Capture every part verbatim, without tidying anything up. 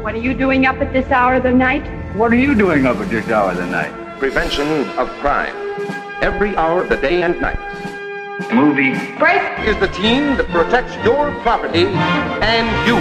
What are you doing up at this hour of the night? What are you doing up at this hour of the night? Prevention of crime. Every hour of the day and night. Movie Break Is the team that protects your property and you.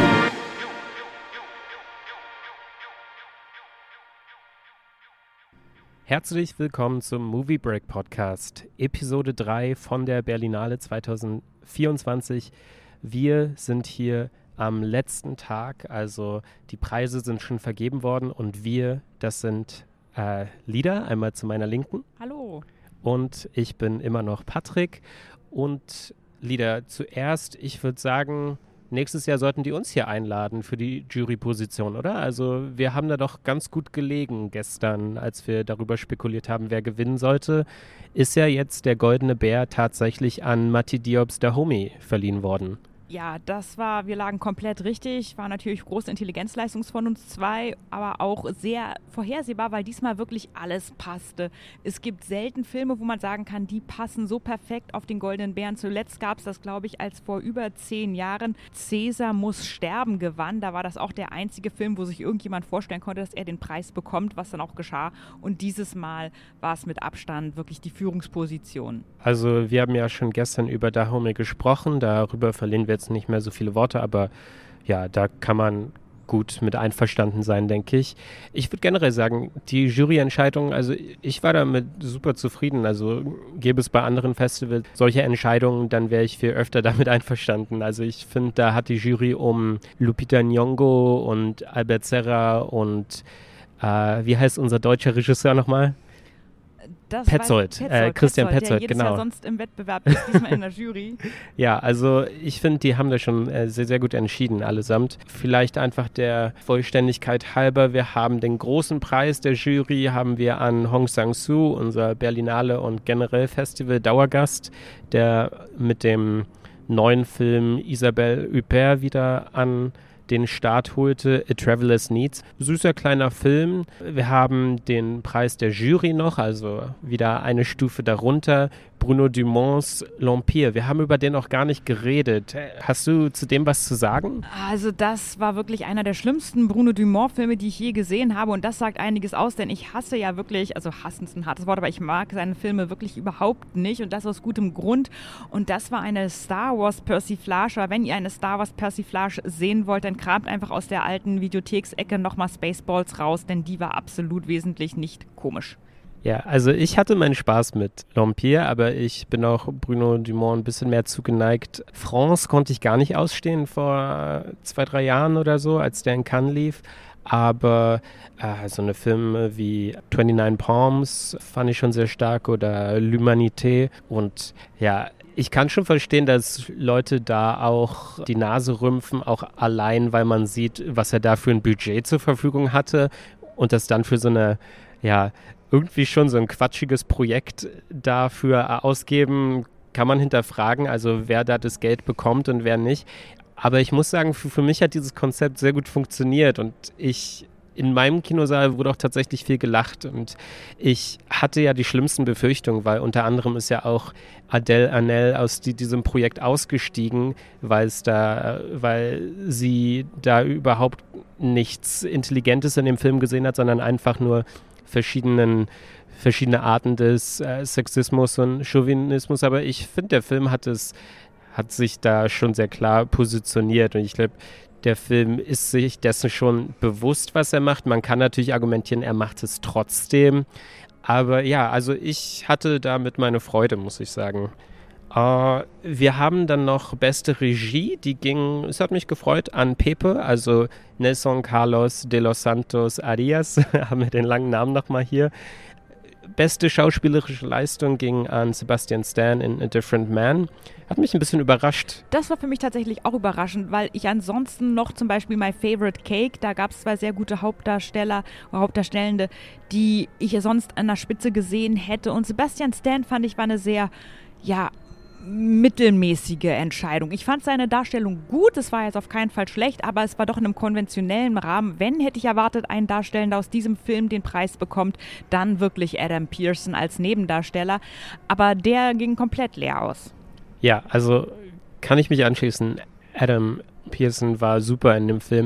Herzlich willkommen zum Movie Break Podcast, Episode drei von der Berlinale zwanzig vierundzwanzig. Wir sind hier am letzten Tag, also die Preise sind schon vergeben worden und wir, das sind äh, Lida, einmal zu meiner Linken. Hallo. Und ich bin immer noch Patrick. Und Lida, zuerst, ich würde sagen, nächstes Jahr sollten die uns hier einladen für die Juryposition, oder? Also wir haben da doch ganz gut gelegen gestern, als wir darüber spekuliert haben, wer gewinnen sollte. Ist ja jetzt der Goldene Bär tatsächlich an Mati Diop's Dahomey verliehen worden. Ja, das war, wir lagen komplett richtig, war natürlich große Intelligenzleistung von uns zwei, aber auch sehr vorhersehbar, weil diesmal wirklich alles passte. Es gibt selten Filme, wo man sagen kann, die passen so perfekt auf den Goldenen Bären. Zuletzt gab es das, glaube ich, als vor über zehn Jahren Cäsar muss sterben gewann. Da war das auch der einzige Film, wo sich irgendjemand vorstellen konnte, dass er den Preis bekommt, was dann auch geschah. Und dieses Mal war es mit Abstand wirklich die Führungsposition. Also wir haben ja schon gestern über Dahomey gesprochen, darüber verlieren wir jetzt nicht mehr so viele Worte, aber ja, da kann man gut mit einverstanden sein, denke ich. Ich würde generell sagen, die Juryentscheidung, also ich war damit super zufrieden, also gäbe es bei anderen Festivals solche Entscheidungen, dann wäre ich viel öfter damit einverstanden. Also ich finde, da hat die Jury um Lupita Nyong'o und Albert Serra und äh, wie heißt unser deutscher Regisseur nochmal? Das Petzold, Petzold, äh, Christian Petzold, Petzold, der jedes genau. Jahr sonst im Wettbewerb ist, diesmal in der Jury. Ja, also ich finde, die haben da schon äh, sehr, sehr gut entschieden allesamt. Vielleicht einfach der Vollständigkeit halber, wir haben den großen Preis der Jury, haben wir an Hong Sang-soo, unser Berlinale und generell Festival-Dauergast, der mit dem neuen Film Isabelle Huppert wieder an den Start holte, A Traveler's Needs. Süßer kleiner Film. Wir haben den Preis der Jury noch, also wieder eine Stufe darunter. Bruno Dumonts L'Empire. Wir haben über den auch gar nicht geredet. Hast du zu dem was zu sagen? Also das war wirklich einer der schlimmsten Bruno Dumont-Filme, die ich je gesehen habe. Und das sagt einiges aus, denn ich hasse ja wirklich, also hassen ist ein hartes Wort, aber ich mag seine Filme wirklich überhaupt nicht. Und das aus gutem Grund. Und das war eine Star Wars Persiflage. Wenn ihr eine Star Wars Persiflage sehen wollt, dann kramt einfach aus der alten Videotheksecke nochmal Spaceballs raus, denn die war absolut wesentlich nicht komisch. Ja, also ich hatte meinen Spaß mit L'Empire, aber ich bin auch Bruno Dumont ein bisschen mehr zugeneigt. France konnte ich gar nicht ausstehen vor zwei, drei Jahren oder so, als der in Cannes lief. Aber äh, so eine Filme wie neunundzwanzig Palms fand ich schon sehr stark oder L'Humanité. Und ja, ich kann schon verstehen, dass Leute da auch die Nase rümpfen, auch allein, weil man sieht, was er da für ein Budget zur Verfügung hatte und das dann für so eine, ja, irgendwie schon so ein quatschiges Projekt dafür ausgeben, kann man hinterfragen, also wer da das Geld bekommt und wer nicht. Aber ich muss sagen, für, für mich hat dieses Konzept sehr gut funktioniert und ich, in meinem Kinosaal wurde auch tatsächlich viel gelacht und ich hatte ja die schlimmsten Befürchtungen, weil unter anderem ist ja auch Adèle Haenel aus die, diesem Projekt ausgestiegen, weil es da, weil sie da überhaupt nichts Intelligentes in dem Film gesehen hat, sondern einfach nur verschiedenen, verschiedene Arten des äh, Sexismus und Chauvinismus, aber ich finde, der Film hat es, hat sich da schon sehr klar positioniert und ich glaube, der Film ist sich dessen schon bewusst, was er macht. Man kann natürlich argumentieren, er macht es trotzdem, aber ja, also ich hatte damit meine Freude, muss ich sagen. Uh, wir haben dann noch beste Regie, die ging, es hat mich gefreut, an Pepe, also Nelson Carlos de los Santos Arias, haben wir den langen Namen nochmal hier. Beste schauspielerische Leistung ging an Sebastian Stan in A Different Man. Hat mich ein bisschen überrascht. Das war für mich tatsächlich auch überraschend, weil ich ansonsten noch zum Beispiel My Favorite Cake, da gab es zwei sehr gute Hauptdarsteller oder Hauptdarstellende, die ich sonst an der Spitze gesehen hätte. Und Sebastian Stan fand ich war eine sehr, ja, mittelmäßige Entscheidung. Ich fand seine Darstellung gut, es war jetzt auf keinen Fall schlecht, aber es war doch in einem konventionellen Rahmen. Wenn, hätte ich erwartet, einen Darstellender aus diesem Film den Preis bekommt, dann wirklich Adam Pearson als Nebendarsteller. Aber der ging komplett leer aus. Ja, also kann ich mich anschließen. Adam Pearson war super in dem Film.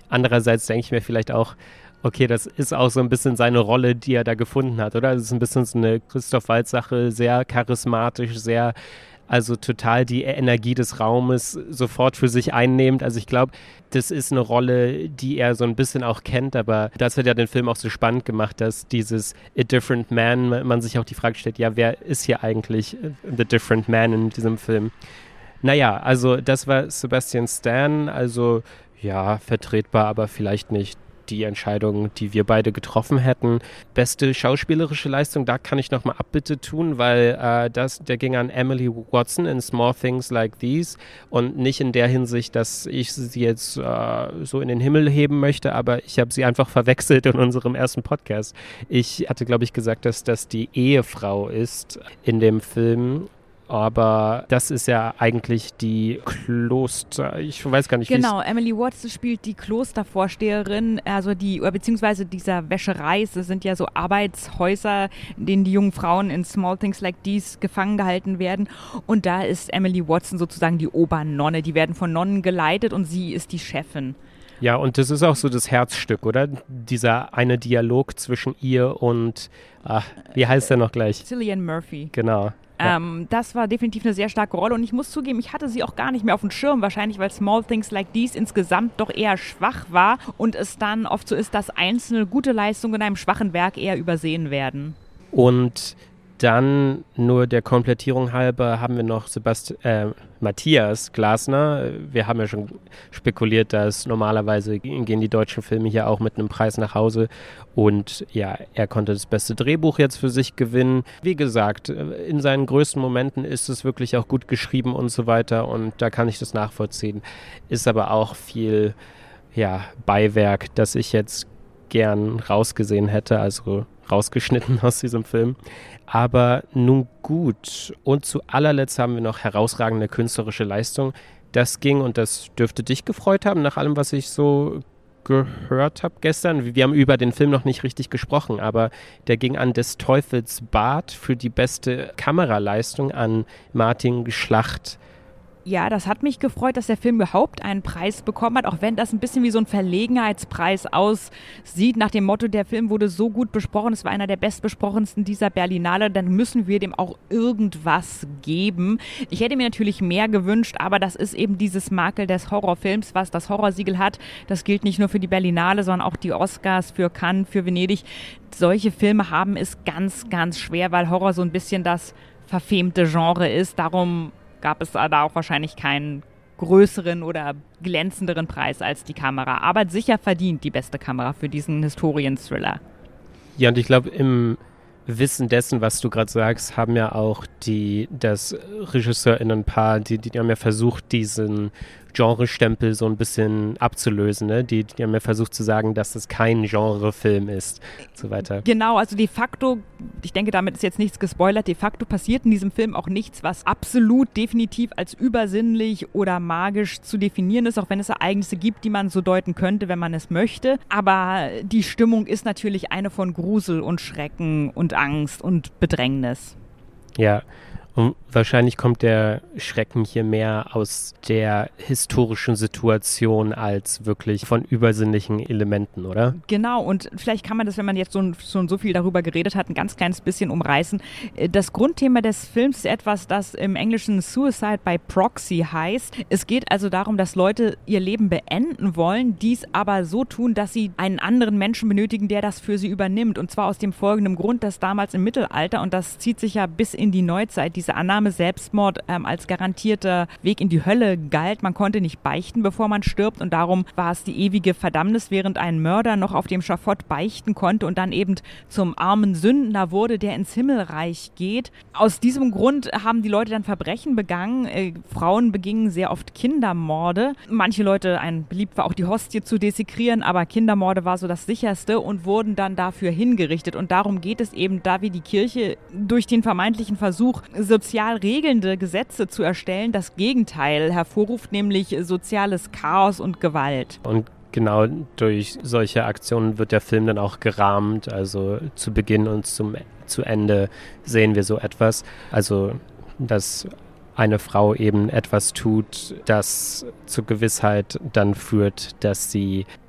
Andererseits denke ich mir vielleicht auch, okay, das ist auch so ein bisschen seine Rolle, die er da gefunden hat, oder? Das ist ein bisschen so eine Christoph Waltz-Sache, sehr charismatisch, sehr, also total die Energie des Raumes sofort für sich einnehmend. Also ich glaube, das ist eine Rolle, die er so ein bisschen auch kennt, aber das hat ja den Film auch so spannend gemacht, dass dieses A Different Man, man sich auch die Frage stellt, ja, wer ist hier eigentlich The Different Man in diesem Film? Naja, also das war Sebastian Stan, also ja, vertretbar, aber vielleicht nicht die Entscheidung, die wir beide getroffen hätten. Beste schauspielerische Leistung, da kann ich nochmal Abbitte tun, weil äh, das, der ging an Emily Watson in Small Things Like These und nicht in der Hinsicht, dass ich sie jetzt äh, so in den Himmel heben möchte, aber ich habe sie einfach verwechselt in unserem ersten Podcast. Ich hatte, glaube ich, gesagt, dass das die Ehefrau ist in dem Film. Aber das ist ja eigentlich die Kloster, ich weiß gar nicht, wie Genau, Emily Watson spielt die Klostervorsteherin, also die, oder beziehungsweise dieser Wäscherei, das sind ja so Arbeitshäuser, in denen die jungen Frauen in Small Things Like These gefangen gehalten werden. Und da ist Emily Watson sozusagen die Obernonne, die werden von Nonnen geleitet und sie ist die Chefin. Ja, und das ist auch so das Herzstück, oder? Dieser eine Dialog zwischen ihr und, ach, wie heißt der noch gleich? Cillian Murphy. Genau. Ja. Ähm, das war definitiv eine sehr starke Rolle und ich muss zugeben, ich hatte sie auch gar nicht mehr auf dem Schirm, wahrscheinlich weil Small Things Like These insgesamt doch eher schwach war und es dann oft so ist, dass einzelne gute Leistungen in einem schwachen Werk eher übersehen werden. Und dann nur der Komplettierung halber haben wir noch Sebast- äh, Matthias Glasner. Wir haben ja schon spekuliert, dass normalerweise gehen die deutschen Filme hier auch mit einem Preis nach Hause. Und ja, er konnte das beste Drehbuch jetzt für sich gewinnen. Wie gesagt, in seinen größten Momenten ist es wirklich auch gut geschrieben und so weiter. Und da kann ich das nachvollziehen. Ist aber auch viel ja, Beiwerk, das ich jetzt gern rausgesehen hätte, also rausgeschnitten aus diesem Film. Aber nun gut. Und zu allerletzt haben wir noch herausragende künstlerische Leistung. Das ging, und das dürfte dich gefreut haben, nach allem, was ich so gehört habe gestern. Wir haben über den Film noch nicht richtig gesprochen, aber der ging an Des Teufels Bart für die beste Kameraleistung an Martin Schlacht. Ja, das hat mich gefreut, dass der Film überhaupt einen Preis bekommen hat, auch wenn das ein bisschen wie so ein Verlegenheitspreis aussieht, nach dem Motto, der Film wurde so gut besprochen, es war einer der bestbesprochensten dieser Berlinale, dann müssen wir dem auch irgendwas geben. Ich hätte mir natürlich mehr gewünscht, aber das ist eben dieses Makel des Horrorfilms, was das Horrorsiegel hat. Das gilt nicht nur für die Berlinale, sondern auch die Oscars, für Cannes, für Venedig. Solche Filme haben es ganz, ganz schwer, weil Horror so ein bisschen das verfemte Genre ist. Darum gab es da auch wahrscheinlich keinen größeren oder glänzenderen Preis als die Kamera. Aber sicher verdient die beste Kamera für diesen Historien-Thriller. Ja, und ich glaube, im Wissen dessen, was du gerade sagst, haben ja auch die, das RegisseurInnen-Paar, die, die haben ja versucht, diesen Genrestempel so ein bisschen abzulösen, ne? Die, die haben ja versucht zu sagen, dass es kein Genrefilm ist und so weiter. Genau, also de facto, ich denke, damit ist jetzt nichts gespoilert, de facto passiert in diesem Film auch nichts, was absolut definitiv als übersinnlich oder magisch zu definieren ist, auch wenn es Ereignisse gibt, die man so deuten könnte, wenn man es möchte. Aber die Stimmung ist natürlich eine von Grusel und Schrecken und Angst und Bedrängnis. Ja, und wahrscheinlich kommt der Schrecken hier mehr aus der historischen Situation als wirklich von übersinnlichen Elementen, oder? Genau, und vielleicht kann man das, wenn man jetzt so, schon so viel darüber geredet hat, ein ganz kleines bisschen umreißen. Das Grundthema des Films ist etwas, das im Englischen Suicide by Proxy heißt. Es geht also darum, dass Leute ihr Leben beenden wollen, dies aber so tun, dass sie einen anderen Menschen benötigen, der das für sie übernimmt. Und zwar aus dem folgenden Grund, dass damals im Mittelalter, und das zieht sich ja bis in die Neuzeit, diese Annahme, Selbstmord ähm, als garantierter Weg in die Hölle galt. Man konnte nicht beichten, bevor man stirbt, und darum war es die ewige Verdammnis, während ein Mörder noch auf dem Schafott beichten konnte und dann eben zum armen Sündner wurde, der ins Himmelreich geht. Aus diesem Grund haben die Leute dann Verbrechen begangen. Äh, Frauen begingen sehr oft Kindermorde. Manche Leute, ein beliebt war auch die Hostie zu dessekrieren, aber Kindermorde war so das sicherste und wurden dann dafür hingerichtet. Und darum geht es eben, da wie die Kirche durch den vermeintlichen Versuch, sozial regelnde Gesetze zu erstellen, das Gegenteil hervorruft, nämlich soziales Chaos und Gewalt. Und genau durch solche Aktionen wird der Film dann auch gerahmt. Also zu Beginn und zum, zu Ende sehen wir so etwas. Also, dass eine Frau eben etwas tut, das zur Gewissheit dann führt, dass sie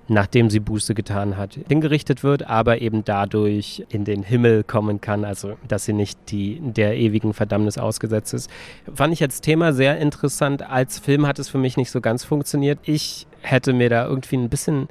nachdem sie Buße getan hat, hingerichtet wird, aber eben dadurch in den Himmel kommen kann, also dass sie nicht die, der ewigen Verdammnis ausgesetzt ist. Fand ich als Thema sehr interessant. Als Film hat es für mich nicht so ganz funktioniert. Ich hätte mir da irgendwie ein bisschen,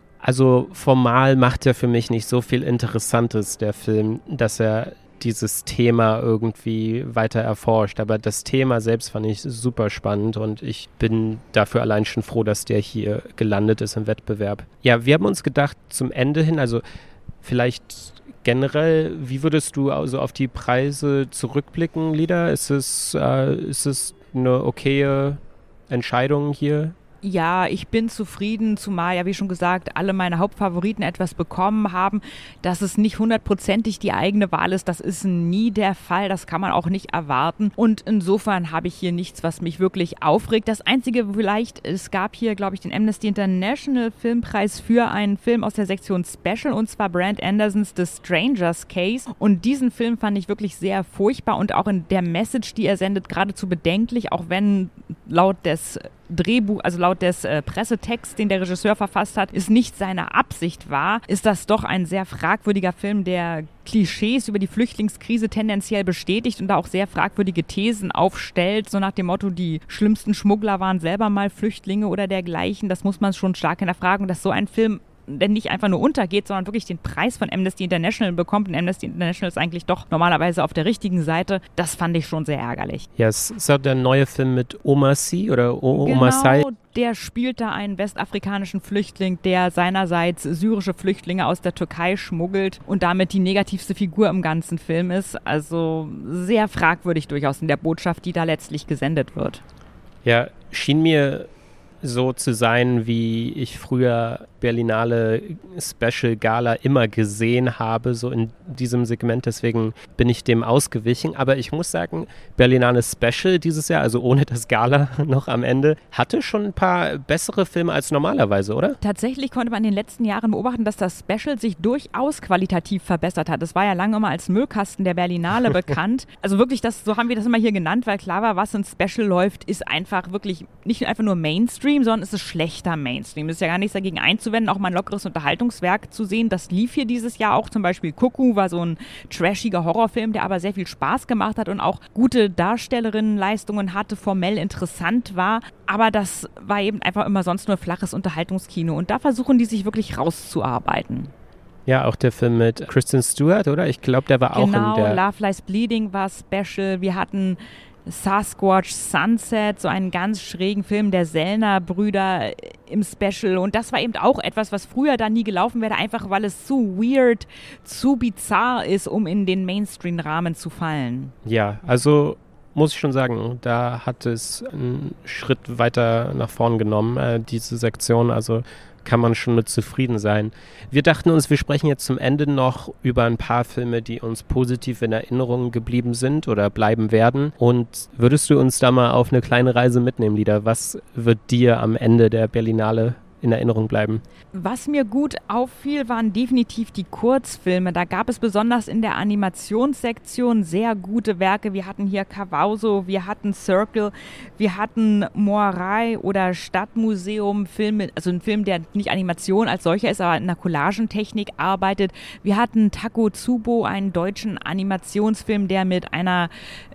also formal macht er für mich nicht so viel Interessantes, der Film, dass er dieses Thema irgendwie weiter erforscht. Aber das Thema selbst fand ich super spannend und ich bin dafür allein schon froh, dass der hier gelandet ist im Wettbewerb. Ja, wir haben uns gedacht, zum Ende hin, also vielleicht generell, wie würdest du also auf die Preise zurückblicken, Lida? Ist es, äh, ist es eine okaye Entscheidung hier? Ja, ich bin zufrieden, zumal ja, wie schon gesagt, alle meine Hauptfavoriten etwas bekommen haben. Dass es nicht hundertprozentig die eigene Wahl ist, das ist nie der Fall. Das kann man auch nicht erwarten. Und insofern habe ich hier nichts, was mich wirklich aufregt. Das Einzige vielleicht, es gab hier, glaube ich, den Amnesty International Filmpreis für einen Film aus der Sektion Special, und zwar Brand Andersons The Stranger's Case. Und diesen Film fand ich wirklich sehr furchtbar und auch in der Message, die er sendet, geradezu bedenklich, auch wenn laut des Drehbuch, also laut des äh, Pressetexts, den der Regisseur verfasst hat, ist nicht seine Absicht war, ist das doch ein sehr fragwürdiger Film, der Klischees über die Flüchtlingskrise tendenziell bestätigt und da auch sehr fragwürdige Thesen aufstellt, so nach dem Motto, die schlimmsten Schmuggler waren selber mal Flüchtlinge oder dergleichen. Das muss man schon stark hinterfragen, dass so ein Film denn nicht einfach nur untergeht, sondern wirklich den Preis von Amnesty International bekommt. Und Amnesty International ist eigentlich doch normalerweise auf der richtigen Seite. Das fand ich schon sehr ärgerlich. Ja, es ist auch der neue Film mit Omar Sy oder o- genau, Omar Sy. Der spielt da einen westafrikanischen Flüchtling, der seinerseits syrische Flüchtlinge aus der Türkei schmuggelt und damit die negativste Figur im ganzen Film ist. Also sehr fragwürdig durchaus in der Botschaft, die da letztlich gesendet wird. Ja, schien mir so zu sein, wie ich früher Berlinale Special Gala immer gesehen habe, so in diesem Segment. Deswegen bin ich dem ausgewichen. Aber ich muss sagen, Berlinale Special dieses Jahr, also ohne das Gala noch am Ende, hatte schon ein paar bessere Filme als normalerweise, oder? Tatsächlich konnte man in den letzten Jahren beobachten, dass das Special sich durchaus qualitativ verbessert hat. Es war ja lange immer als Müllkasten der Berlinale bekannt. Also wirklich, das, so haben wir das immer hier genannt, weil klar war, was in Special läuft, ist einfach wirklich nicht einfach nur Mainstream, sondern es ist schlechter Mainstream. Es ist ja gar nichts dagegen einzuwenden, auch mal ein lockeres Unterhaltungswerk zu sehen. Das lief hier dieses Jahr auch. Zum Beispiel Cuckoo war so ein trashiger Horrorfilm, der aber sehr viel Spaß gemacht hat und auch gute Darstellerinnenleistungen hatte, formell interessant war. Aber das war eben einfach immer sonst nur flaches Unterhaltungskino. Und da versuchen die sich wirklich rauszuarbeiten. Ja, auch der Film mit Kristen Stewart, oder? Ich glaube, der war auch genau, in der... Love Lies Bleeding war special. Wir hatten Sasquatch Sunset, so einen ganz schrägen Film der Sellner-Brüder im Special. Und das war eben auch etwas, was früher da nie gelaufen wäre, einfach weil es zu weird, zu bizarr ist, um in den Mainstream-Rahmen zu fallen. Ja, also muss ich schon sagen, da hat es einen Schritt weiter nach vorn genommen, äh, diese Sektion. Also kann man schon mit zufrieden sein. Wir dachten uns, wir sprechen jetzt zum Ende noch über ein paar Filme, die uns positiv in Erinnerung geblieben sind oder bleiben werden. Und würdest du uns da mal auf eine kleine Reise mitnehmen, Lida? Was wird dir am Ende der Berlinale in Erinnerung bleiben? Was mir gut auffiel, waren definitiv die Kurzfilme. Da gab es besonders in der Animationssektion sehr gute Werke. Wir hatten hier Cavauso, wir hatten Circle, wir hatten Moirai oder Stadtmuseum, Filme, also ein Film, der nicht Animation als solcher ist, aber in der Collagentechnik arbeitet. Wir hatten Takotsubo, einen deutschen Animationsfilm, der mit einer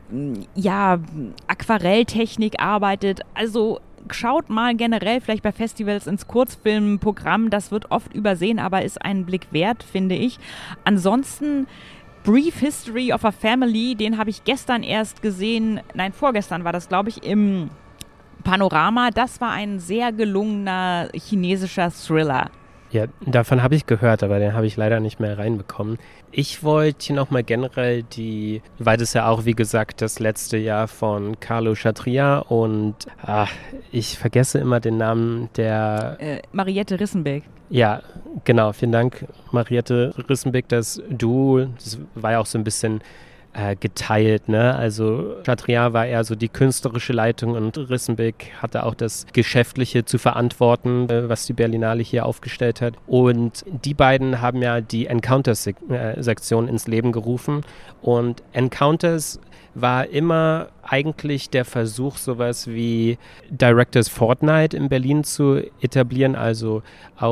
ja, Aquarelltechnik arbeitet. Also schaut mal generell vielleicht bei Festivals ins Kurzfilmprogramm. Das wird oft übersehen, aber ist einen Blick wert, finde ich. Ansonsten Brief History of a Family, den habe ich gestern erst gesehen. Nein, vorgestern war das, glaube ich, im Panorama. Das war ein sehr gelungener chinesischer Thriller. Ja, davon habe ich gehört, aber den habe ich leider nicht mehr reinbekommen. Ich wollte hier nochmal generell die, weil das ja auch, wie gesagt, das letzte Jahr von Carlo Chatrian und ach, ich vergesse immer den Namen der... Äh, Mariette Rissenbeck. Ja, genau, vielen Dank, Mariette Rissenbeck, das Duo, das war ja auch so ein bisschen äh, geteilt, ne? Also Chatrian war eher so die künstlerische Leitung und Rissenbeck hatte auch das Geschäftliche zu verantworten, äh, was die Berlinale hier aufgestellt hat. Und die beiden haben ja die Encounters-Sektion ins Leben gerufen. Und Encounters war immer eigentlich der Versuch, sowas wie Directors Fortnight in Berlin zu etablieren, also auch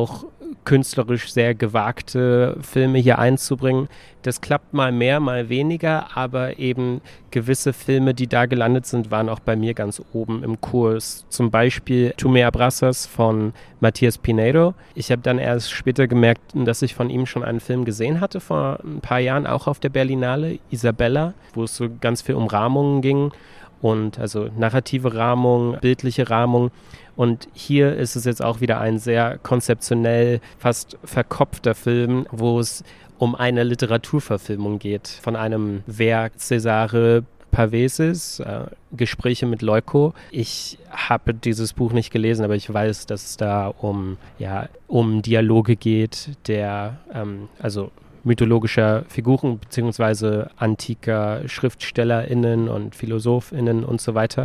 künstlerisch sehr gewagte Filme hier einzubringen. Das klappt mal mehr, mal weniger, aber eben gewisse Filme, die da gelandet sind, waren auch bei mir ganz oben im Kurs. Zum Beispiel Tu me abrazas von Matías Pinedo. Ich habe dann erst später gemerkt, dass ich von ihm schon einen Film gesehen hatte, vor ein paar Jahren, auch auf der Berlinale, Isabella, wo es so ganz viel um Rahmungen ging. Und also narrative Rahmung, bildliche Rahmung. Und hier ist es jetzt auch wieder ein sehr konzeptionell, fast verkopfter Film, wo es um eine Literaturverfilmung geht von einem Werk Cesare Paveses, äh, Gespräche mit Leuko. Ich habe dieses Buch nicht gelesen, aber ich weiß, dass es da um, ja, um Dialoge geht, der, ähm, also mythologischer Figuren beziehungsweise antiker SchriftstellerInnen und PhilosophInnen und so weiter.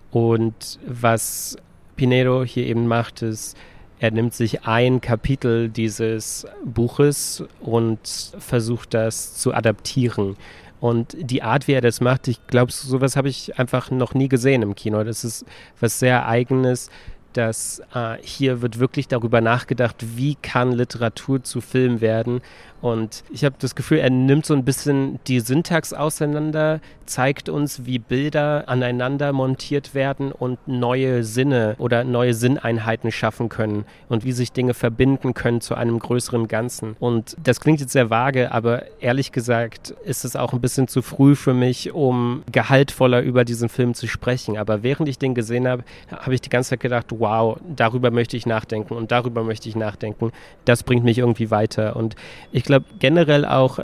Und was Pinedo hier eben macht, ist, er nimmt sich ein Kapitel dieses Buches und versucht das zu adaptieren. Und die Art, wie er das macht, ich glaube, sowas habe ich einfach noch nie gesehen im Kino. Das ist was sehr Eigenes, dass äh, hier wird wirklich darüber nachgedacht, wie kann Literatur zu Film werden. Und ich habe das Gefühl, er nimmt so ein bisschen die Syntax auseinander, zeigt uns, wie Bilder aneinander montiert werden und neue Sinne oder neue Sinneinheiten schaffen können und wie sich Dinge verbinden können zu einem größeren Ganzen. Und das klingt jetzt sehr vage, aber ehrlich gesagt ist es auch ein bisschen zu früh für mich, um gehaltvoller über diesen Film zu sprechen. Aber während ich den gesehen habe, habe ich die ganze Zeit gedacht, wow, darüber möchte ich nachdenken und darüber möchte ich nachdenken. Das bringt mich irgendwie weiter. Und ich glaube generell auch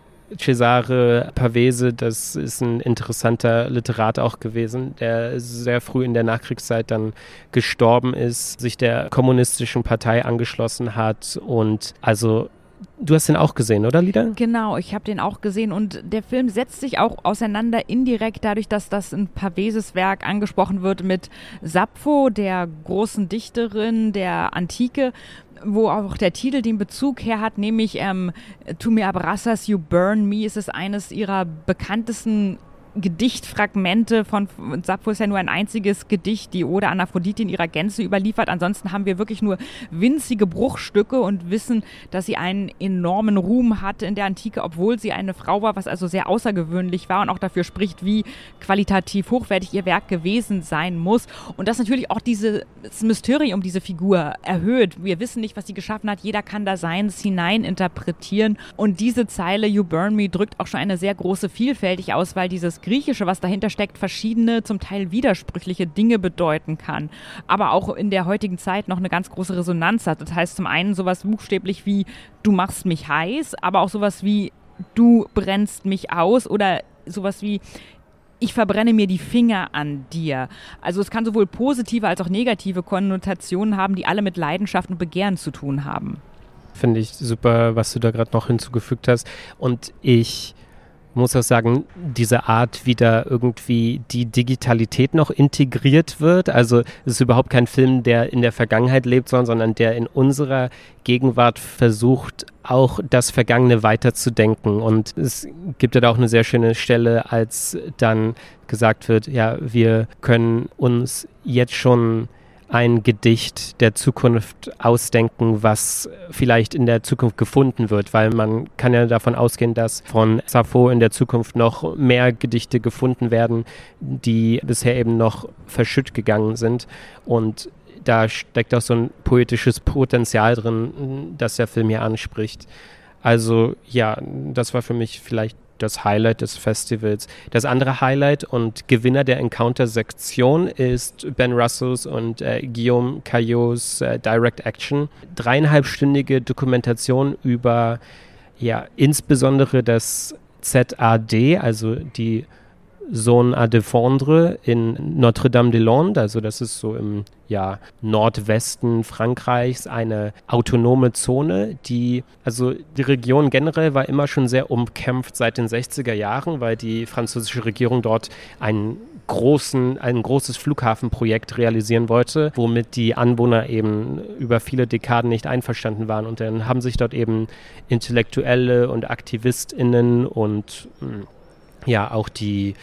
Cesare Pavese, das ist ein interessanter Literat auch gewesen, der sehr früh in der Nachkriegszeit dann gestorben ist, sich der kommunistischen Partei angeschlossen hat und also du hast den auch gesehen, oder Lida? Genau, ich habe den auch gesehen und der Film setzt sich auch auseinander indirekt dadurch, dass das ein Paveses Werk angesprochen wird mit Sappho, der großen Dichterin der Antike, wo auch der Titel den Bezug her hat, nämlich ähm, Tu me abrazas, you burn me, ist es eines ihrer bekanntesten Gedichtfragmente von Sappho ist ja nur ein einziges Gedicht, die Ode an Aphrodite in ihrer Gänze überliefert. Ansonsten haben wir wirklich nur winzige Bruchstücke und wissen, dass sie einen enormen Ruhm hatte in der Antike, obwohl sie eine Frau war, was also sehr außergewöhnlich war und auch dafür spricht, wie qualitativ hochwertig ihr Werk gewesen sein muss. Und das natürlich auch dieses Mysterium, diese Figur erhöht. Wir wissen nicht, was sie geschaffen hat. Jeder kann da Seins hinein interpretieren. Und diese Zeile, You burn me, drückt auch schon eine sehr große Vielfältigkeit aus, weil dieses Griechische, was dahinter steckt, verschiedene, zum Teil widersprüchliche Dinge bedeuten kann. Aber auch in der heutigen Zeit noch eine ganz große Resonanz hat. Das heißt zum einen sowas buchstäblich wie du machst mich heiß, aber auch sowas wie du brennst mich aus oder sowas wie ich verbrenne mir die Finger an dir. Also es kann sowohl positive als auch negative Konnotationen haben, die alle mit Leidenschaft und Begehren zu tun haben. Finde ich super, was du da gerade noch hinzugefügt hast. Und ich muss auch sagen, diese Art, wie da irgendwie die Digitalität noch integriert wird, also es ist überhaupt kein Film, der in der Vergangenheit lebt, sondern der in unserer Gegenwart versucht, auch das Vergangene weiterzudenken. Und es gibt ja da auch eine sehr schöne Stelle, als dann gesagt wird, ja, wir können uns jetzt schon ein Gedicht der Zukunft ausdenken, was vielleicht in der Zukunft gefunden wird, weil man kann ja davon ausgehen, dass von Sappho in der Zukunft noch mehr Gedichte gefunden werden, die bisher eben noch verschütt gegangen sind. Und da steckt auch so ein poetisches Potenzial drin, das der Film hier anspricht. Also ja, das war für mich vielleicht das Highlight des Festivals. Das andere Highlight und Gewinner der Encounter-Sektion ist Ben Russos und äh, Guillaume Caillots äh, Direct Action. Dreieinhalbstündige Dokumentation über ja, insbesondere das Z A D, also die Zone à défendre in Notre-Dame-des-Landes, also das ist so im ja, Nordwesten Frankreichs eine autonome Zone, die, also die Region generell war immer schon sehr umkämpft seit den sechziger Jahren, weil die französische Regierung dort einen großen, ein großes Flughafenprojekt realisieren wollte, womit die Anwohner eben über viele Dekaden nicht einverstanden waren. Und dann haben sich dort eben Intellektuelle und AktivistInnen und mh, ja, auch die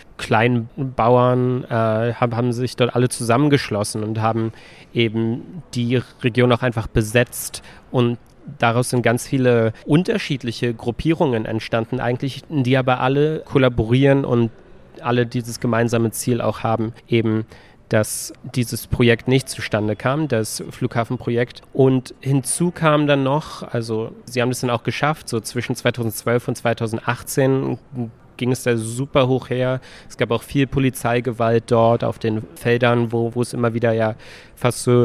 Kleinbauern äh, haben, haben sich dort alle zusammengeschlossen und haben eben die Region auch einfach besetzt und daraus sind ganz viele unterschiedliche Gruppierungen entstanden, eigentlich, die aber alle kollaborieren und alle dieses gemeinsame Ziel auch haben, eben, dass dieses Projekt nicht zustande kam, das Flughafenprojekt. Und hinzu kam dann noch, also sie haben das dann auch geschafft, so zwischen zweitausendzwölf und zweitausendachtzehn ging es da super hoch her. Es gab auch viel Polizeigewalt dort auf den Feldern, wo, wo es immer wieder ja fast so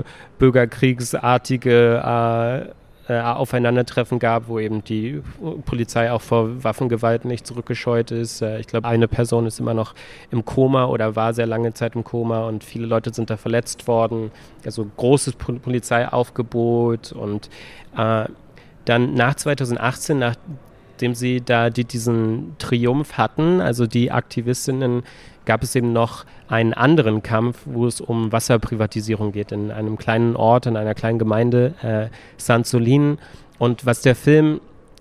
bürgerkriegsartige äh, äh, Aufeinandertreffen gab, wo eben die Polizei auch vor Waffengewalt nicht zurückgescheut ist. Äh, ich glaube, eine Person ist immer noch im Koma oder war sehr lange Zeit im Koma und viele Leute sind da verletzt worden. Also großes Pol- Polizeiaufgebot und äh, dann nach zweitausendachtzehn, nachdem sie da die, diesen Triumph hatten, also die Aktivistinnen, gab es eben noch einen anderen Kampf, wo es um Wasserprivatisierung geht, in einem kleinen Ort, in einer kleinen Gemeinde, äh, Saint-Solin. Und was der Film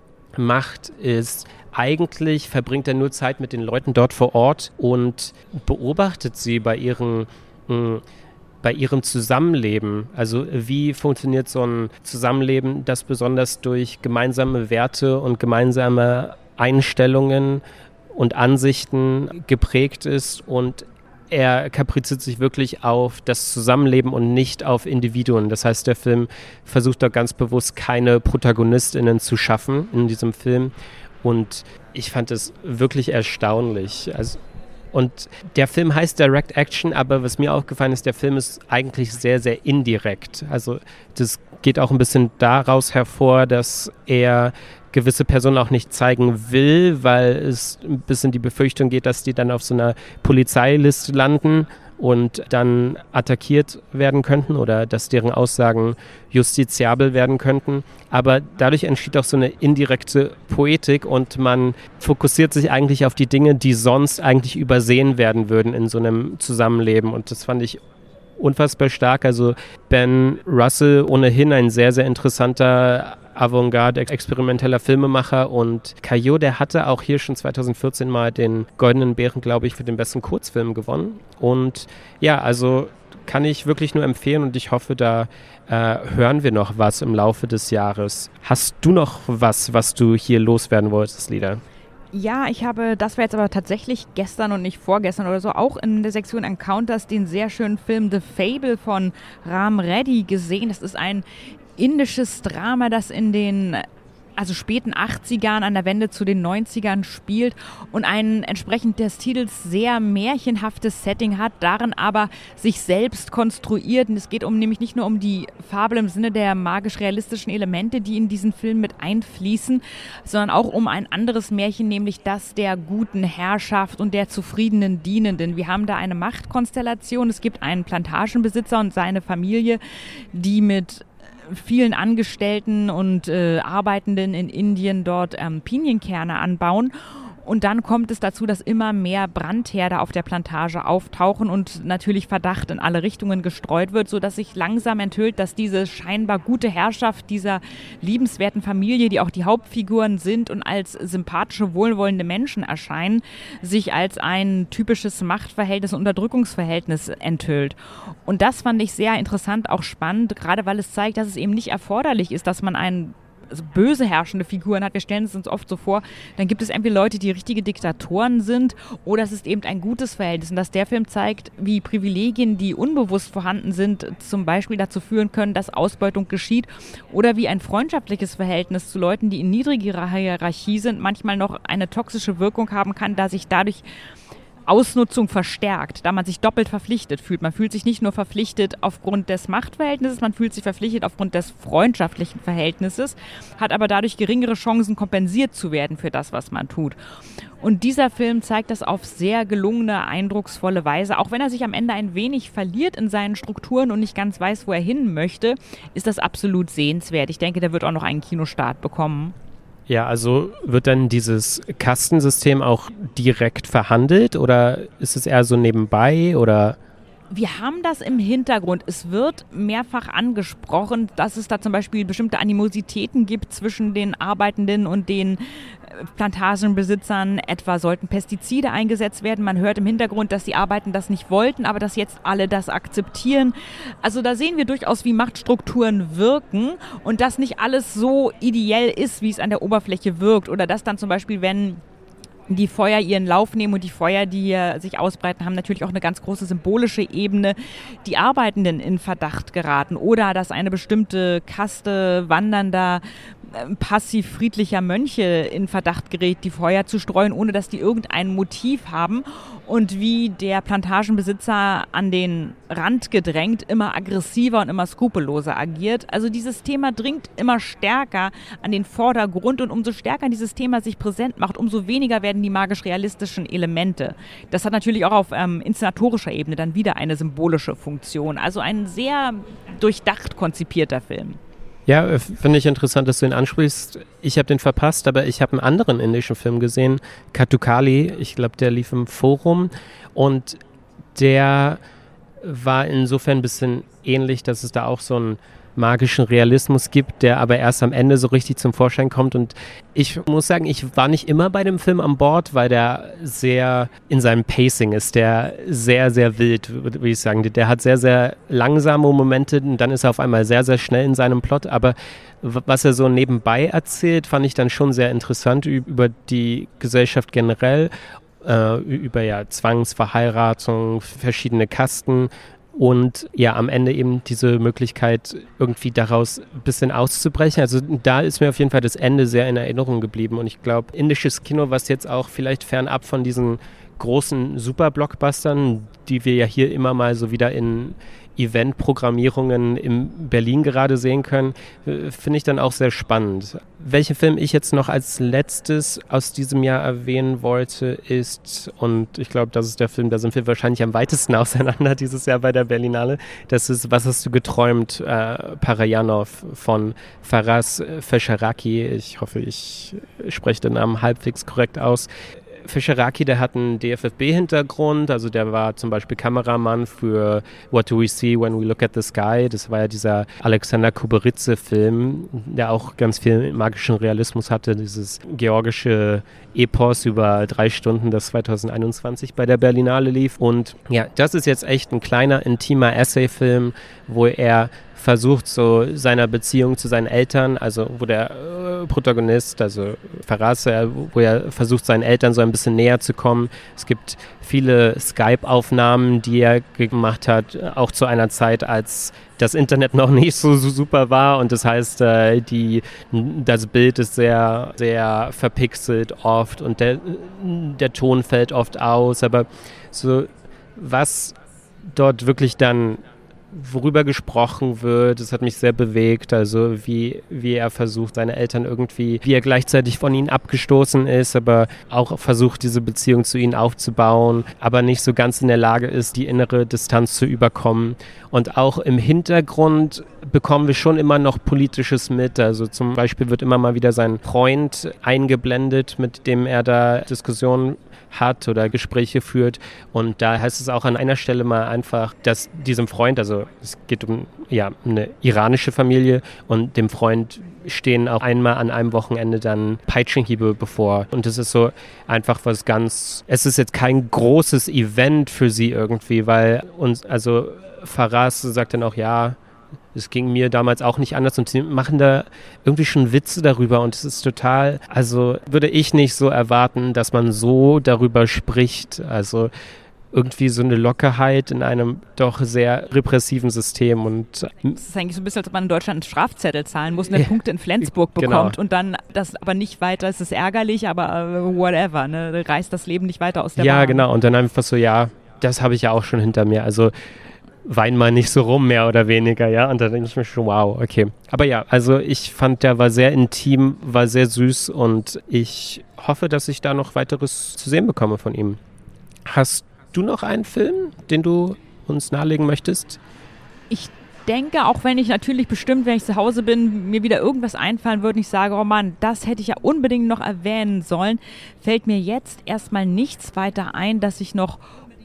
macht, ist, eigentlich verbringt er nur Zeit mit den Leuten dort vor Ort und beobachtet sie bei ihren mh, bei ihrem Zusammenleben. Also wie funktioniert so ein Zusammenleben, das besonders durch gemeinsame Werte und gemeinsame Einstellungen und Ansichten geprägt ist, und er kapriziert sich wirklich auf das Zusammenleben und nicht auf Individuen. Das heißt, der Film versucht da ganz bewusst keine ProtagonistInnen zu schaffen in diesem Film, und ich fand es wirklich erstaunlich. Also, und der Film heißt Direct Action, aber was mir aufgefallen ist, der Film ist eigentlich sehr, sehr indirekt. Also das geht auch ein bisschen daraus hervor, dass er gewisse Personen auch nicht zeigen will, weil es ein bisschen die Befürchtung geht, dass die dann auf so einer Polizeiliste landen und dann attackiert werden könnten oder dass deren Aussagen justiziabel werden könnten. Aber dadurch entsteht auch so eine indirekte Poetik und man fokussiert sich eigentlich auf die Dinge, die sonst eigentlich übersehen werden würden in so einem Zusammenleben, und das fand ich unfassbar stark. Also Ben Russell, ohnehin ein sehr, sehr interessanter Avantgarde, experimenteller Filmemacher, und Caillou, der hatte auch hier schon zweitausendvierzehn mal den Goldenen Bären, glaube ich, für den besten Kurzfilm gewonnen. Und ja, also kann ich wirklich nur empfehlen, und ich hoffe, da äh, hören wir noch was im Laufe des Jahres. Hast du noch was, was du hier loswerden wolltest, Lida? Ja, ich habe, das war jetzt aber tatsächlich gestern und nicht vorgestern oder so, auch in der Sektion Encounters den sehr schönen Film The Fable von Ram Reddy gesehen. Das ist ein indisches Drama, das in den also späten achtzigern an der Wende zu den neunzigern spielt und ein entsprechend des Titels sehr märchenhaftes Setting hat, darin aber sich selbst konstruiert. Und es geht um nämlich nicht nur um die Fabel im Sinne der magisch-realistischen Elemente, die in diesen Film mit einfließen, sondern auch um ein anderes Märchen, nämlich das der guten Herrschaft und der zufriedenen Dienenden. Wir haben da eine Machtkonstellation. Es gibt einen Plantagenbesitzer und seine Familie, die mit vielen Angestellten und äh, Arbeitenden in Indien dort ähm, Pinienkerne anbauen. Und dann kommt es dazu, dass immer mehr Brandherde auf der Plantage auftauchen und natürlich Verdacht in alle Richtungen gestreut wird, sodass sich langsam enthüllt, dass diese scheinbar gute Herrschaft dieser liebenswerten Familie, die auch die Hauptfiguren sind und als sympathische, wohlwollende Menschen erscheinen, sich als ein typisches Machtverhältnis und Unterdrückungsverhältnis enthüllt. Und das fand ich sehr interessant, auch spannend, gerade weil es zeigt, dass es eben nicht erforderlich ist, dass man einen also böse herrschende Figuren hat. Wir stellen es uns oft so vor, dann gibt es entweder Leute, die richtige Diktatoren sind, oder es ist eben ein gutes Verhältnis. Und dass der Film zeigt, wie Privilegien, die unbewusst vorhanden sind, zum Beispiel dazu führen können, dass Ausbeutung geschieht, oder wie ein freundschaftliches Verhältnis zu Leuten, die in niedrigerer Hierarchie sind, manchmal noch eine toxische Wirkung haben kann, da sich dadurch Ausnutzung verstärkt, da man sich doppelt verpflichtet fühlt. Man fühlt sich nicht nur verpflichtet aufgrund des Machtverhältnisses, man fühlt sich verpflichtet aufgrund des freundschaftlichen Verhältnisses, hat aber dadurch geringere Chancen, kompensiert zu werden für das, was man tut. Und dieser Film zeigt das auf sehr gelungene, eindrucksvolle Weise. Auch wenn er sich am Ende ein wenig verliert in seinen Strukturen und nicht ganz weiß, wo er hin möchte, ist das absolut sehenswert. Ich denke, der wird auch noch einen Kinostart bekommen. Ja, also wird dann dieses Kastensystem auch direkt verhandelt oder ist es eher so nebenbei oder? Wir haben das im Hintergrund. Es wird mehrfach angesprochen, dass es da zum Beispiel bestimmte Animositäten gibt zwischen den Arbeitenden und den Plantagenbesitzern. Etwa sollten Pestizide eingesetzt werden. Man hört im Hintergrund, dass die Arbeiter das nicht wollten, aber dass jetzt alle das akzeptieren. Also da sehen wir durchaus, wie Machtstrukturen wirken und dass nicht alles so ideell ist, wie es an der Oberfläche wirkt. Oder dass dann zum Beispiel, wenn die Feuer ihren Lauf nehmen und die Feuer, die hier sich ausbreiten, haben natürlich auch eine ganz große symbolische Ebene, die Arbeitenden in Verdacht geraten oder dass eine bestimmte Kaste wandernder, passiv friedlicher Mönche in Verdacht gerät, die Feuer zu streuen, ohne dass die irgendein Motiv haben und wie der Plantagenbesitzer an den Rand gedrängt immer aggressiver und immer skrupelloser agiert. Also dieses Thema dringt immer stärker an den Vordergrund und umso stärker dieses Thema sich präsent macht, umso weniger werden die magisch-realistischen Elemente. Das hat natürlich auch auf ähm, inszenatorischer Ebene dann wieder eine symbolische Funktion. Also ein sehr durchdacht konzipierter Film. Ja, finde ich interessant, dass du ihn ansprichst. Ich habe den verpasst, aber ich habe einen anderen indischen Film gesehen, Kathakali. Ich glaube, der lief im Forum und der war insofern ein bisschen ähnlich, dass es da auch so einen magischen Realismus gibt, der aber erst am Ende so richtig zum Vorschein kommt. Und ich muss sagen, ich war nicht immer bei dem Film an Bord, weil der sehr in seinem Pacing ist, der sehr, sehr wild, würde ich sagen. Der hat sehr, sehr langsame Momente und dann ist er auf einmal sehr, sehr schnell in seinem Plot. Aber was er so nebenbei erzählt, fand ich dann schon sehr interessant über die Gesellschaft generell, äh, über ja Zwangsverheiratung, verschiedene Kasten. Und ja, am Ende eben diese Möglichkeit, irgendwie daraus ein bisschen auszubrechen. Also da ist mir auf jeden Fall das Ende sehr in Erinnerung geblieben. Und ich glaube, indisches Kino, was jetzt auch vielleicht fernab von diesen großen Super-Blockbustern, die wir ja hier immer mal so wieder in Event-Programmierungen in Berlin gerade sehen können, finde ich dann auch sehr spannend. Welchen Film ich jetzt noch als letztes aus diesem Jahr erwähnen wollte, ist, und ich glaube, das ist der Film, da sind wir wahrscheinlich am weitesten auseinander dieses Jahr bei der Berlinale, das ist Was hast du geträumt, äh, Parajanov von Faraz Fesharaki. Ich hoffe, ich spreche den Namen halbwegs korrekt aus. Fesharaki, der hat einen D F F B-Hintergrund, also der war zum Beispiel Kameramann für What Do We See When We Look at the Sky, das war ja dieser Alexander Kuberitze-Film, der auch ganz viel magischen Realismus hatte, dieses georgische Epos über drei Stunden, das zwanzig einundzwanzig bei der Berlinale lief. Und ja, das ist jetzt echt ein kleiner, intimer Essay-Film, wo er versucht, so seiner Beziehung zu seinen Eltern, also wo der äh, Protagonist, also Faraz, wo er versucht, seinen Eltern so ein bisschen näher zu kommen. Es gibt viele Skype-Aufnahmen, die er gemacht hat, auch zu einer Zeit, als das Internet noch nicht so, so super war und das heißt, äh, die, das Bild ist sehr, sehr verpixelt oft und der, der Ton fällt oft aus, aber so was dort wirklich dann worüber gesprochen wird, das hat mich sehr bewegt, also wie, wie er versucht, seine Eltern irgendwie, wie er gleichzeitig von ihnen abgestoßen ist, aber auch versucht, diese Beziehung zu ihnen aufzubauen, aber nicht so ganz in der Lage ist, die innere Distanz zu überkommen. Und auch im Hintergrund bekommen wir schon immer noch Politisches mit, also zum Beispiel wird immer mal wieder sein Freund eingeblendet, mit dem er da Diskussionen hat oder Gespräche führt und da heißt es auch an einer Stelle mal einfach, dass diesem Freund, also es geht um ja, eine iranische Familie und dem Freund stehen auch einmal an einem Wochenende dann Peitschenhiebe bevor und das ist so einfach was ganz, es ist jetzt kein großes Event für sie irgendwie, weil uns, also Faraz sagt dann auch, ja, es ging mir damals auch nicht anders und sie machen da irgendwie schon Witze darüber und es ist total, also würde ich nicht so erwarten, dass man so darüber spricht, also irgendwie so eine Lockerheit in einem doch sehr repressiven System. Und es ist eigentlich so ein bisschen, als ob man in Deutschland einen Strafzettel zahlen muss, eine ja, Punkte in Flensburg bekommt genau. Und dann das aber nicht weiter, es ist ärgerlich, aber uh, whatever, ne, reißt das Leben nicht weiter aus der Ja, Bahn. Genau, und dann einfach so, ja, das habe ich ja auch schon hinter mir, also wein mal nicht so rum, mehr oder weniger, ja, und da denke ich mir schon, wow, okay. Aber ja, also ich fand, der war sehr intim, war sehr süß und ich hoffe, dass ich da noch weiteres zu sehen bekomme von ihm. Hast du noch einen Film, den du uns nahelegen möchtest? Ich denke, auch wenn ich natürlich bestimmt, wenn ich zu Hause bin, mir wieder irgendwas einfallen würde und ich sage, oh Mann, das hätte ich ja unbedingt noch erwähnen sollen, fällt mir jetzt erstmal nichts weiter ein, dass ich noch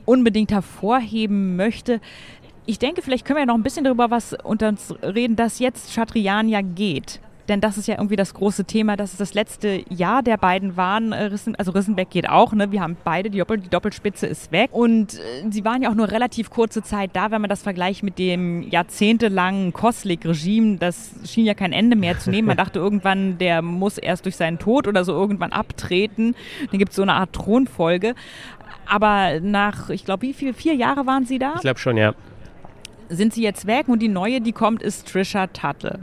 unbedingt hervorheben möchte. Ich denke, vielleicht können wir ja noch ein bisschen darüber was unter uns reden, dass jetzt Chatrian ja geht. Denn das ist ja irgendwie das große Thema, dass es das letzte Jahr der beiden waren. Also Rissenbeck geht auch, ne? Wir haben beide, die, Doppel, die Doppelspitze ist weg. Und äh, sie waren ja auch nur relativ kurze Zeit da, wenn man das vergleicht mit dem jahrzehntelangen Koslik-Regime. Das schien ja kein Ende mehr zu nehmen. Man dachte irgendwann, der muss erst durch seinen Tod oder so irgendwann abtreten. Dann gibt es so eine Art Thronfolge. Aber nach, ich glaube, wie viel, vier Jahre waren sie da? Ich glaube schon, ja. Sind sie jetzt weg und die neue, die kommt, ist Trisha Tuttle.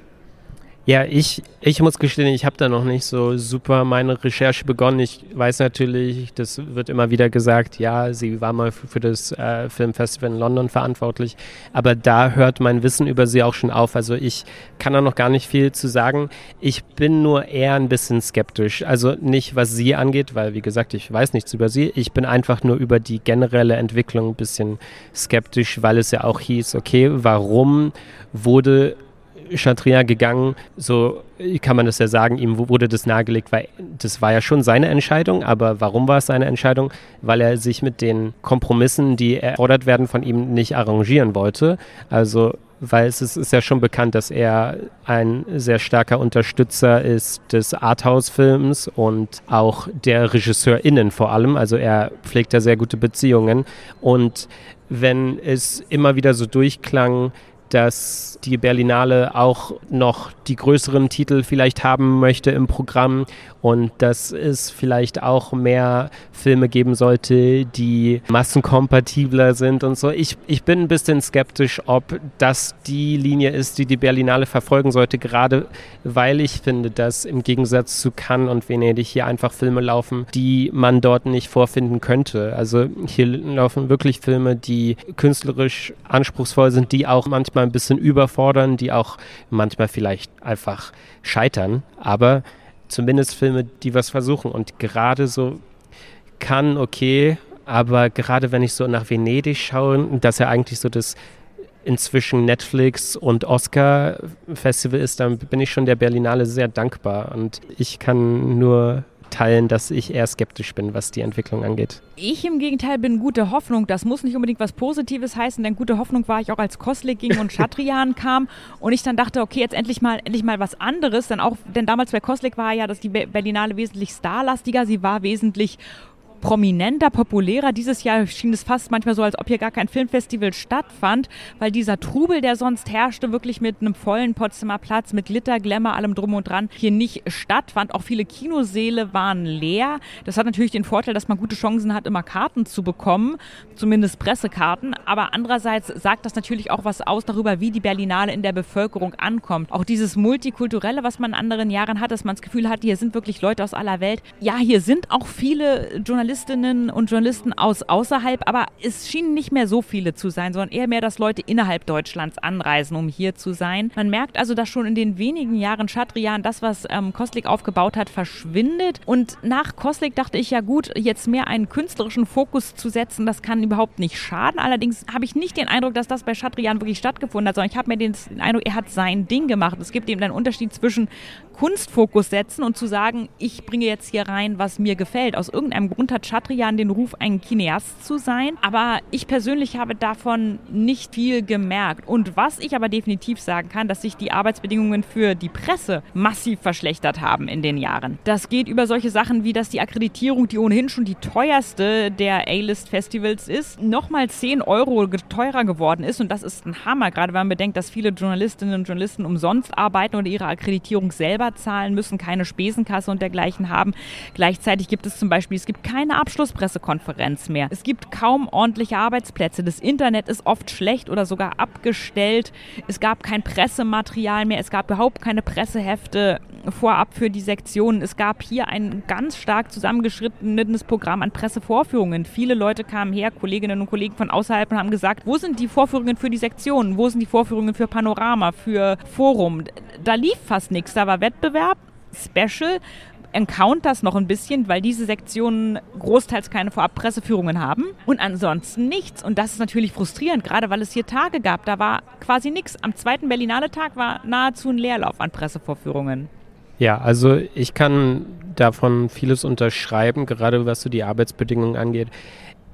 Ja, ich, ich muss gestehen, ich habe da noch nicht so super meine Recherche begonnen. Ich weiß natürlich, das wird immer wieder gesagt, ja, sie war mal für, für das äh, Filmfestival in London verantwortlich, aber da hört mein Wissen über sie auch schon auf. Also ich kann da noch gar nicht viel zu sagen. Ich bin nur eher ein bisschen skeptisch. Also nicht, was sie angeht, weil, wie gesagt, ich weiß nichts über sie. Ich bin einfach nur über die generelle Entwicklung ein bisschen skeptisch, weil es ja auch hieß, okay, warum wurde Chatrian gegangen, so kann man das ja sagen, ihm wurde das nahegelegt, weil das war ja schon seine Entscheidung, aber warum war es seine Entscheidung? Weil er sich mit den Kompromissen, die erfordert werden von ihm, nicht arrangieren wollte. Also weil es ist, ist ja schon bekannt, dass er ein sehr starker Unterstützer ist des Arthouse-Films und auch der RegisseurInnen vor allem. Also er pflegt da sehr gute Beziehungen. Und wenn es immer wieder so durchklang, dass die Berlinale auch noch die größeren Titel vielleicht haben möchte im Programm und dass es vielleicht auch mehr Filme geben sollte, die massenkompatibler sind und so. Ich, ich bin ein bisschen skeptisch, ob das die Linie ist, die die Berlinale verfolgen sollte, gerade weil ich finde, dass im Gegensatz zu Cannes und Venedig hier einfach Filme laufen, die man dort nicht vorfinden könnte. Also hier laufen wirklich Filme, die künstlerisch anspruchsvoll sind, die auch manchmal ein bisschen überfordern, die auch manchmal vielleicht einfach scheitern, aber zumindest Filme, die was versuchen. Und gerade so Cannes, okay, aber gerade wenn ich so nach Venedig schaue, dass ja eigentlich so das inzwischen Netflix- und Oscar-Festival ist, dann bin ich schon der Berlinale sehr dankbar. Und ich kann nur teilen, dass ich eher skeptisch bin, was die Entwicklung angeht. Ich im Gegenteil bin gute Hoffnung. Das muss nicht unbedingt was Positives heißen, denn gute Hoffnung war ich auch, als Koslik ging und Chatrian kam und ich dann dachte, okay, jetzt endlich mal endlich mal was anderes, denn auch, denn damals bei Koslik war ja, dass die Berlinale wesentlich starlastiger, sie war wesentlich prominenter, populärer. Dieses Jahr schien es fast manchmal so, als ob hier gar kein Filmfestival stattfand, weil dieser Trubel, der sonst herrschte, wirklich mit einem vollen Potsdamer Platz, mit Glitter, Glamour, allem drum und dran, hier nicht stattfand. Auch viele Kinosäle waren leer. Das hat natürlich den Vorteil, dass man gute Chancen hat, immer Karten zu bekommen, zumindest Pressekarten. Aber andererseits sagt das natürlich auch was aus darüber, wie die Berlinale in der Bevölkerung ankommt. Auch dieses Multikulturelle, was man in anderen Jahren hat, dass man das Gefühl hat, hier sind wirklich Leute aus aller Welt. Ja, hier sind auch viele Journalisten Journalistinnen und Journalisten aus außerhalb, aber es schienen nicht mehr so viele zu sein, sondern eher mehr, dass Leute innerhalb Deutschlands anreisen, um hier zu sein. Man merkt also, dass schon in den wenigen Jahren Chatrian das, was ähm, Koslik aufgebaut hat, verschwindet. Und nach Koslik dachte ich, ja gut, jetzt mehr einen künstlerischen Fokus zu setzen, das kann überhaupt nicht schaden. Allerdings habe ich nicht den Eindruck, dass das bei Chatrian wirklich stattgefunden hat, sondern ich habe mir den Eindruck, er hat sein Ding gemacht. Es gibt eben einen Unterschied zwischen Kunstfokus setzen und zu sagen, ich bringe jetzt hier rein, was mir gefällt. Aus irgendeinem Grund hat Chatrian den Ruf, ein Cineast zu sein, aber ich persönlich habe davon nicht viel gemerkt. Und was ich aber definitiv sagen kann, dass sich die Arbeitsbedingungen für die Presse massiv verschlechtert haben in den Jahren. Das geht über solche Sachen wie, dass die Akkreditierung, die ohnehin schon die teuerste der A-List-Festivals ist, nochmal zehn Euro teurer geworden ist und das ist ein Hammer, gerade wenn man bedenkt, dass viele Journalistinnen und Journalisten umsonst arbeiten oder ihre Akkreditierung selber zahlen müssen, keine Spesenkasse und dergleichen haben. Gleichzeitig gibt es zum Beispiel, es gibt keine Abschlusspressekonferenz mehr. Es gibt kaum ordentliche Arbeitsplätze. Das Internet ist oft schlecht oder sogar abgestellt. Es gab kein Pressematerial mehr. Es gab überhaupt keine Pressehefte vorab für die Sektionen. Es gab hier ein ganz stark zusammengeschrittenes Programm an Pressevorführungen. Viele Leute kamen her, Kolleginnen und Kollegen von außerhalb und haben gesagt, wo sind die Vorführungen für die Sektionen? Wo sind die Vorführungen für Panorama, für Forum? Da lief fast nichts. Da war Wettbewerb, Special, Encounters noch ein bisschen, weil diese Sektionen großteils keine Vorab-Presseführungen haben und ansonsten nichts. Und das ist natürlich frustrierend, gerade weil es hier Tage gab. Da war quasi nichts. Am zweiten Berlinale-Tag war nahezu ein Leerlauf an Pressevorführungen. Ja, also ich kann davon vieles unterschreiben, gerade was so die Arbeitsbedingungen angeht.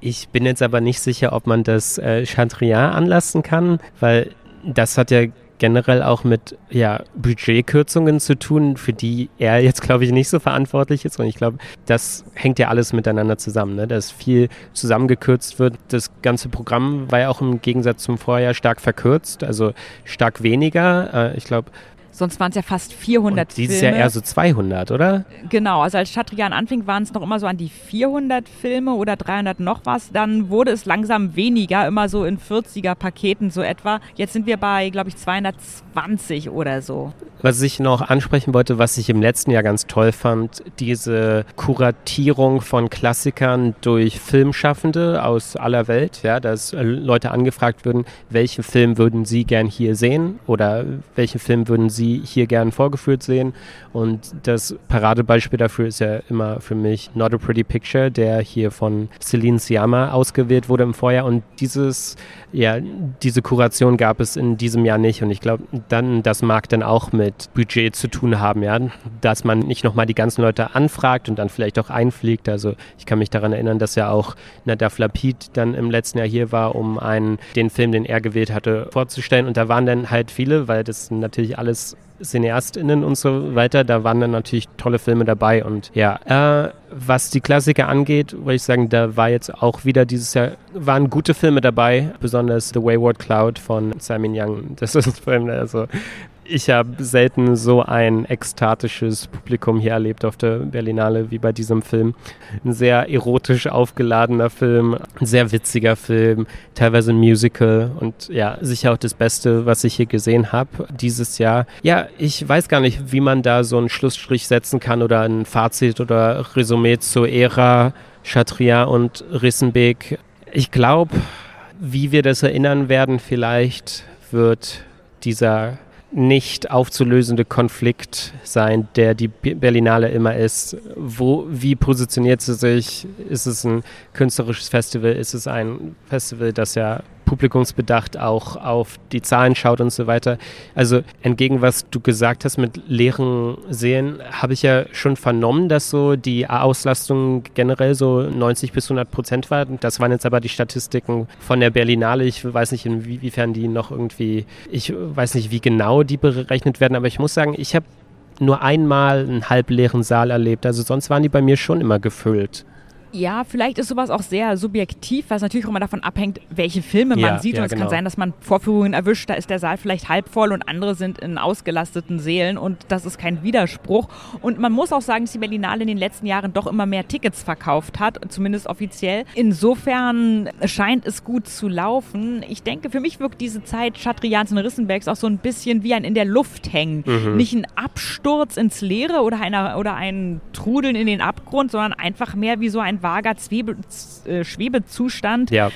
Ich bin jetzt aber nicht sicher, ob man das äh, Chatrian anlassen kann, weil das hat ja generell auch mit ja, Budgetkürzungen zu tun, für die er jetzt, glaube ich, nicht so verantwortlich ist. Und ich glaube, das hängt ja alles miteinander zusammen, ne? Dass viel zusammengekürzt wird. Das ganze Programm war ja auch im Gegensatz zum Vorjahr stark verkürzt, also stark weniger. Äh, ich glaube, Sonst waren es ja fast vierhundert und dieses Filme. Jahr eher so zweihundert, oder? Genau, also als Chatrian anfing, waren es noch immer so an die vierhundert Filme oder dreihundert noch was. Dann wurde es langsam weniger, immer so in vierziger-Paketen so etwa. Jetzt sind wir bei, glaube ich, zweihundertzwanzig oder so. Was ich noch ansprechen wollte, was ich im letzten Jahr ganz toll fand, diese Kuratierung von Klassikern durch Filmschaffende aus aller Welt, ja, dass Leute angefragt würden, welchen Film würden sie gern hier sehen oder welchen Film würden sie hier gern vorgeführt sehen. Und das Paradebeispiel dafür ist ja immer für mich Not a Pretty Picture, der hier von Celine Sciamma ausgewählt wurde im Vorjahr. Und dieses, ja, diese Kuration gab es in diesem Jahr nicht. Und ich glaube, dann, das mag dann auch mit Budget zu tun haben, ja, dass man nicht nochmal die ganzen Leute anfragt und dann vielleicht auch einfliegt. Also ich kann mich daran erinnern, dass ja auch Nadav Lapid dann im letzten Jahr hier war, um einen, den Film, den er gewählt hatte, vorzustellen. Und da waren dann halt viele, weil das natürlich alles CineastInnen und so weiter, da waren dann natürlich tolle Filme dabei. Und ja, äh, was die Klassiker angeht, würde ich sagen, da war jetzt auch wieder dieses Jahr, waren gute Filme dabei, besonders The Wayward Cloud von Simon Young. Das ist ein Film, also ich habe selten so ein ekstatisches Publikum hier erlebt auf der Berlinale wie bei diesem Film. Ein sehr erotisch aufgeladener Film, ein sehr witziger Film, teilweise ein Musical und ja, sicher auch das Beste, was ich hier gesehen habe dieses Jahr. Ja, ich weiß gar nicht, wie man da so einen Schlussstrich setzen kann oder ein Fazit oder Resümee zur Ära Chatrian und Rissenbeek. Ich glaube, wie wir das erinnern werden, vielleicht wird dieser nicht aufzulösende Konflikt sein, der die Berlinale immer ist. Wo, wie positioniert sie sich? Ist es ein künstlerisches Festival? Ist es ein Festival, das ja publikumsbedacht auch auf die Zahlen schaut und so weiter? Also entgegen was du gesagt hast mit leeren Sälen, habe ich ja schon vernommen, dass so die Auslastung generell so neunzig bis hundert Prozent war. Das waren jetzt aber die Statistiken von der Berlinale. Ich weiß nicht, inwiefern die noch irgendwie, ich weiß nicht, wie genau die berechnet werden, aber ich muss sagen, ich habe nur einmal einen halbleeren Saal erlebt. Also sonst waren die bei mir schon immer gefüllt. Ja, vielleicht ist sowas auch sehr subjektiv, was natürlich auch immer davon abhängt, welche Filme man ja, sieht. Ja, und es genau. kann sein, dass man Vorführungen erwischt, da ist der Saal vielleicht halb voll und andere sind in ausgelasteten Sälen und das ist kein Widerspruch. Und man muss auch sagen, dass die Berlinale in den letzten Jahren doch immer mehr Tickets verkauft hat, zumindest offiziell. Insofern scheint es gut zu laufen. Ich denke, für mich wirkt diese Zeit Chatrians und Rissenbeeks auch so ein bisschen wie ein in der Luft hängen. Mhm. Nicht ein Absturz ins Leere oder, einer, oder ein Trudeln in den Abgrund, sondern einfach mehr wie so ein vager Zwebe, äh, Schwebezustand. Ja.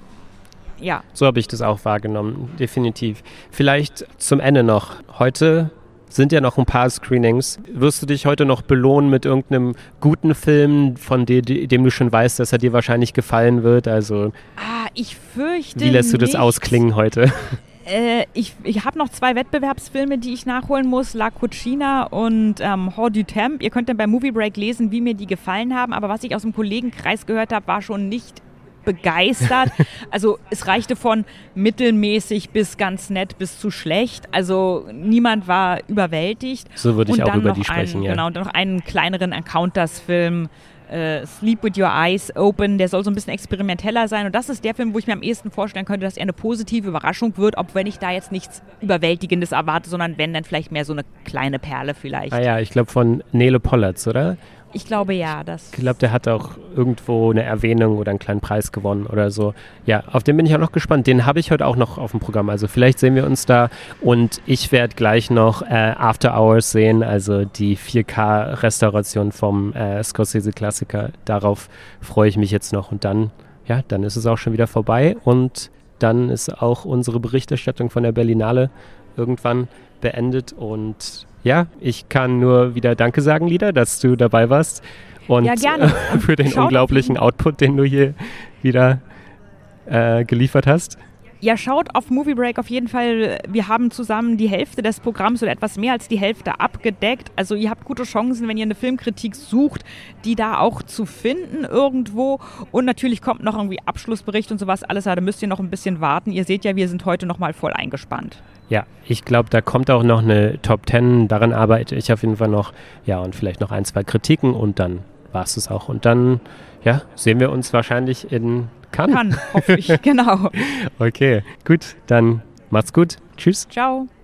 Ja. So habe ich das auch wahrgenommen, definitiv. Vielleicht zum Ende noch. Heute sind ja noch ein paar Screenings. Wirst du dich heute noch belohnen mit irgendeinem guten Film, von dem, dem du schon weißt, dass er dir wahrscheinlich gefallen wird? Also, ah, ich fürchte wie lässt du das nicht. ausklingen heute? Äh, ich ich habe noch zwei Wettbewerbsfilme, die ich nachholen muss, La Cucina und ähm, Hors du Temps. Ihr könnt dann bei Movie Break lesen, wie mir die gefallen haben, aber was ich aus dem Kollegenkreis gehört habe, war schon nicht begeistert. Also es reichte von mittelmäßig bis ganz nett bis zu schlecht. Also niemand war überwältigt. So würde ich und auch über noch die sprechen, einen, ja. Genau, und dann noch einen kleineren Encounters-Film, Uh, Sleep with Your Eyes Open, der soll so ein bisschen experimenteller sein und das ist der Film, wo ich mir am ehesten vorstellen könnte, dass er eine positive Überraschung wird, ob wenn ich da jetzt nichts Überwältigendes erwarte, sondern wenn, dann vielleicht mehr so eine kleine Perle vielleicht. Ah ja, ich glaube von Nele Pollatz, oder? Ich glaube ja. Das ich glaube, der hat auch irgendwo eine Erwähnung oder einen kleinen Preis gewonnen oder so. Ja, auf den bin ich auch noch gespannt. Den habe ich heute auch noch auf dem Programm. Also vielleicht sehen wir uns da und ich werde gleich noch äh, After Hours sehen, also die vier K-Restauration vom äh, Scorsese-Klassiker. Darauf freue ich mich jetzt noch und dann, ja, dann ist es auch schon wieder vorbei und dann ist auch unsere Berichterstattung von der Berlinale irgendwann beendet und ja, ich kann nur wieder Danke sagen, Lida, dass du dabei warst und ja, gerne. Äh, für den Schaut unglaublichen Output, den du hier wieder äh, geliefert hast. Ja, schaut auf Movie Break auf jeden Fall. Wir haben zusammen die Hälfte des Programms oder etwas mehr als die Hälfte abgedeckt. Also ihr habt gute Chancen, wenn ihr eine Filmkritik sucht, die da auch zu finden irgendwo. Und natürlich kommt noch irgendwie Abschlussbericht und sowas alles. Da müsst ihr noch ein bisschen warten. Ihr seht ja, wir sind heute noch mal voll eingespannt. Ja, ich glaube, da kommt auch noch eine Top Ten. Daran arbeite ich auf jeden Fall noch. Ja, und vielleicht noch ein, zwei Kritiken und dann war es es auch. Und dann, ja, sehen wir uns wahrscheinlich in Cannes. Cannes, hoffe ich, genau. Okay, gut, dann macht's gut. Tschüss. Ciao.